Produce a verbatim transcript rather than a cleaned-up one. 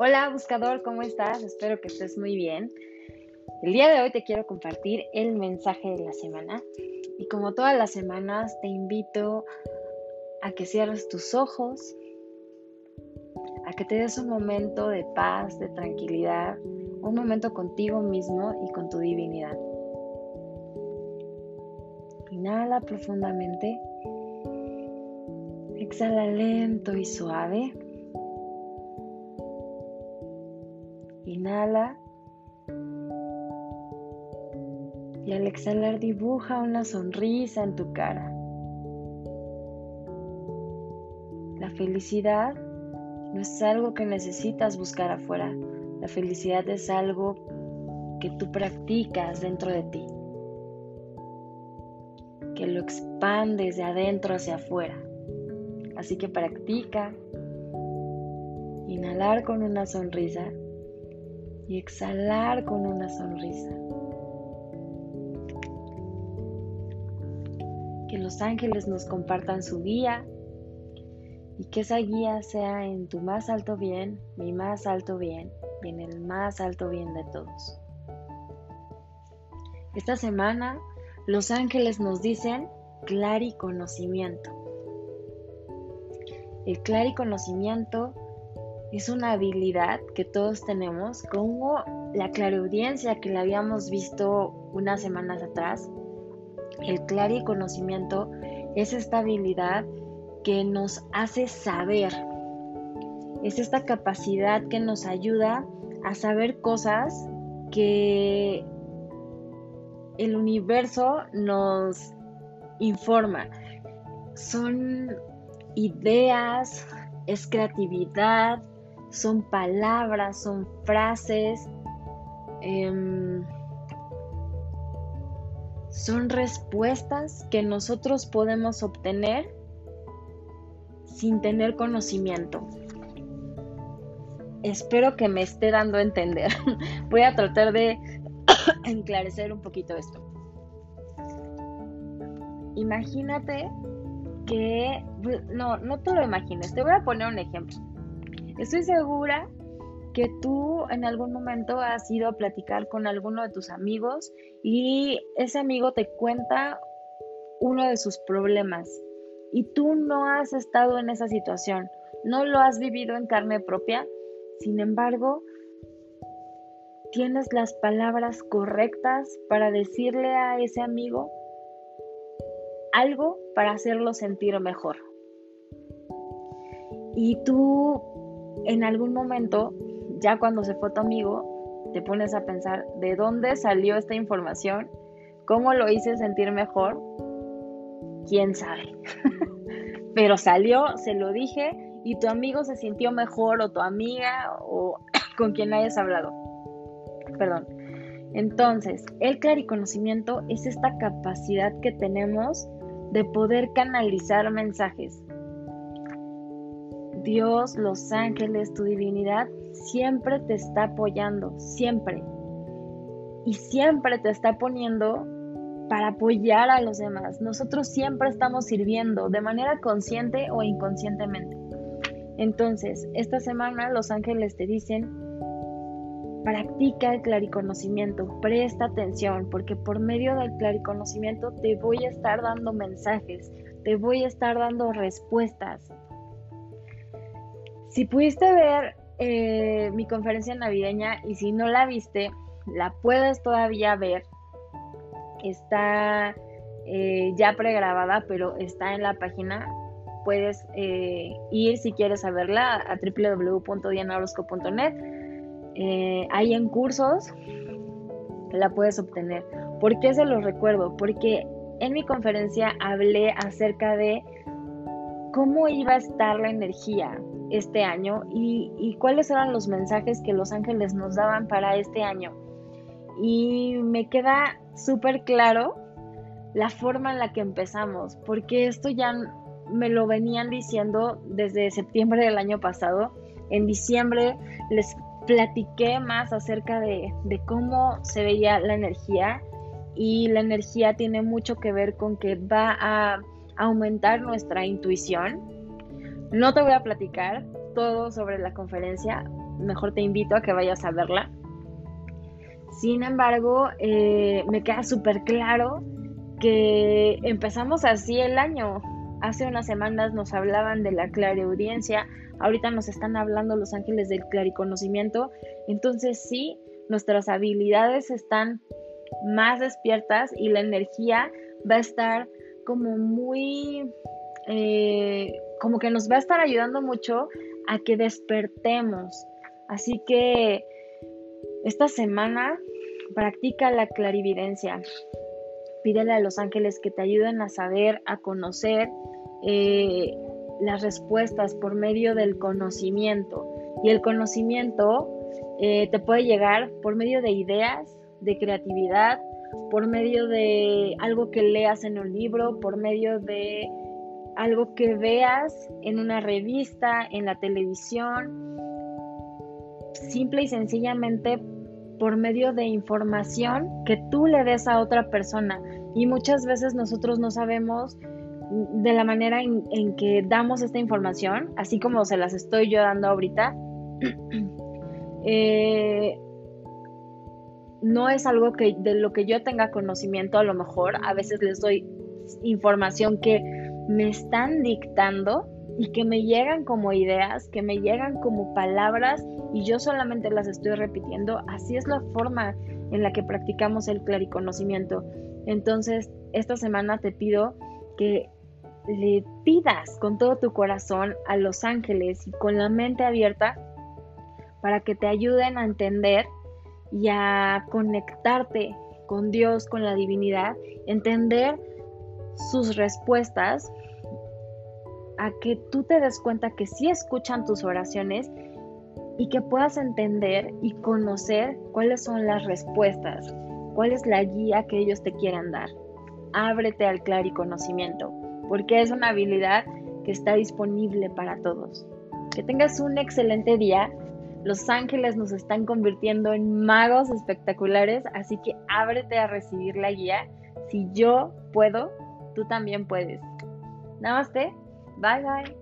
Hola buscador, ¿cómo estás? Espero que estés muy bien. El día de hoy te quiero compartir el mensaje de la semana y como todas las semanas te invito a que cierres tus ojos, a que te des un momento de paz, de tranquilidad, un momento contigo mismo y con tu divinidad. Inhala profundamente, exhala lento y suave. Inhala y al exhalar dibuja una sonrisa en tu cara. La felicidad no es algo que necesitas buscar afuera. La felicidad es algo que tú practicas dentro de ti, que lo expandes de adentro hacia afuera. Así que practica inhalar con una sonrisa y exhalar con una sonrisa. Que los ángeles nos compartan su guía y que esa guía sea en tu más alto bien, mi más alto bien y en el más alto bien de todos. Esta semana los ángeles nos dicen clariconocimiento. El clariconocimiento es una habilidad que todos tenemos, como la clariaudiencia que la habíamos visto unas semanas atrás. El clariconocimiento es esta habilidad que nos hace saber, es esta capacidad que nos ayuda a saber cosas que el universo nos informa. Son ideas, es creatividad, son palabras, son frases, eh, son respuestas que nosotros podemos obtener sin tener conocimiento. Espero que me esté dando a entender. Voy a tratar de enclarecer un poquito esto. Imagínate que, no, no te lo imagines, te voy a poner un ejemplo. Estoy segura que tú en algún momento has ido a platicar con alguno de tus amigos y ese amigo te cuenta uno de sus problemas y tú no has estado en esa situación, no lo has vivido en carne propia, sin embargo, tienes las palabras correctas para decirle a ese amigo algo para hacerlo sentir mejor. Y tú en algún momento, ya cuando se fue tu amigo, te pones a pensar de dónde salió esta información, cómo lo hice sentir mejor, quién sabe. Pero salió, se lo dije y tu amigo se sintió mejor o tu amiga o con quien hayas hablado. Perdón. Entonces, el clariconocimiento es esta capacidad que tenemos de poder canalizar mensajes. Dios, los ángeles, tu divinidad, siempre te está apoyando, siempre. Y siempre te está poniendo para apoyar a los demás. Nosotros siempre estamos sirviendo de manera consciente o inconscientemente. Entonces, esta semana los ángeles te dicen, practica el clariconocimiento, presta atención, porque por medio del clariconocimiento te voy a estar dando mensajes, te voy a estar dando respuestas. Si pudiste ver eh, mi conferencia navideña y si no la viste, la puedes todavía ver. Está eh, ya pregrabada, pero está en la página. Puedes eh, ir si quieres a verla a doble u doble u doble u punto diana orozco punto net. Eh, ahí en cursos la puedes obtener. ¿Por qué se los recuerdo? Porque en mi conferencia hablé acerca de cómo iba a estar la energía este año y, y cuáles eran los mensajes que los ángeles nos daban para este año. Y me queda súper claro la forma en la que empezamos, porque esto ya me lo venían diciendo desde septiembre del año pasado. En diciembre les platiqué más acerca de, de cómo se veía la energía, y la energía tiene mucho que ver con que va a aumentar nuestra intuición. No te voy a platicar todo sobre la conferencia, mejor te invito a que vayas a verla. Sin embargo, eh, me queda súper claro que empezamos así el año. Hace unas semanas nos hablaban de la clariaudiencia, ahorita nos están hablando los ángeles del clariconocimiento. Entonces sí, nuestras habilidades están más despiertas y la energía va a estar como muy, eh, como que nos va a estar ayudando mucho a que despertemos. Así que esta semana practica la clarividencia. Pídele a los ángeles que te ayuden a saber, a conocer eh, las respuestas por medio del conocimiento. Y el conocimiento eh, te puede llegar por medio de ideas, de creatividad, por medio de algo que leas en un libro, por medio de algo que veas en una revista, en la televisión, simple y sencillamente por medio de información que tú le des a otra persona. Y muchas veces nosotros no sabemos de la manera en, en que damos esta información, así como se las estoy yo dando ahorita. eh, no es algo que de lo que yo tenga conocimiento. A lo mejor a veces les doy información que me están dictando y que me llegan como ideas, que me llegan como palabras y yo solamente las estoy repitiendo. Así es la forma en la que practicamos el clariconocimiento. Entonces, esta semana te pido que le pidas con todo tu corazón a los ángeles y con la mente abierta para que te ayuden a entender y a conectarte con Dios, con la divinidad, entender sus respuestas, a que tú te des cuenta que sí escuchan tus oraciones y que puedas entender y conocer cuáles son las respuestas, cuál es la guía que ellos te quieran dar. Ábrete al clariconocimiento, porque es una habilidad que está disponible para todos. Que tengas un excelente día. Los ángeles nos están convirtiendo en magos espectaculares, así que ábrete a recibir la guía. Si yo puedo, tú también puedes. Namaste. Bye bye.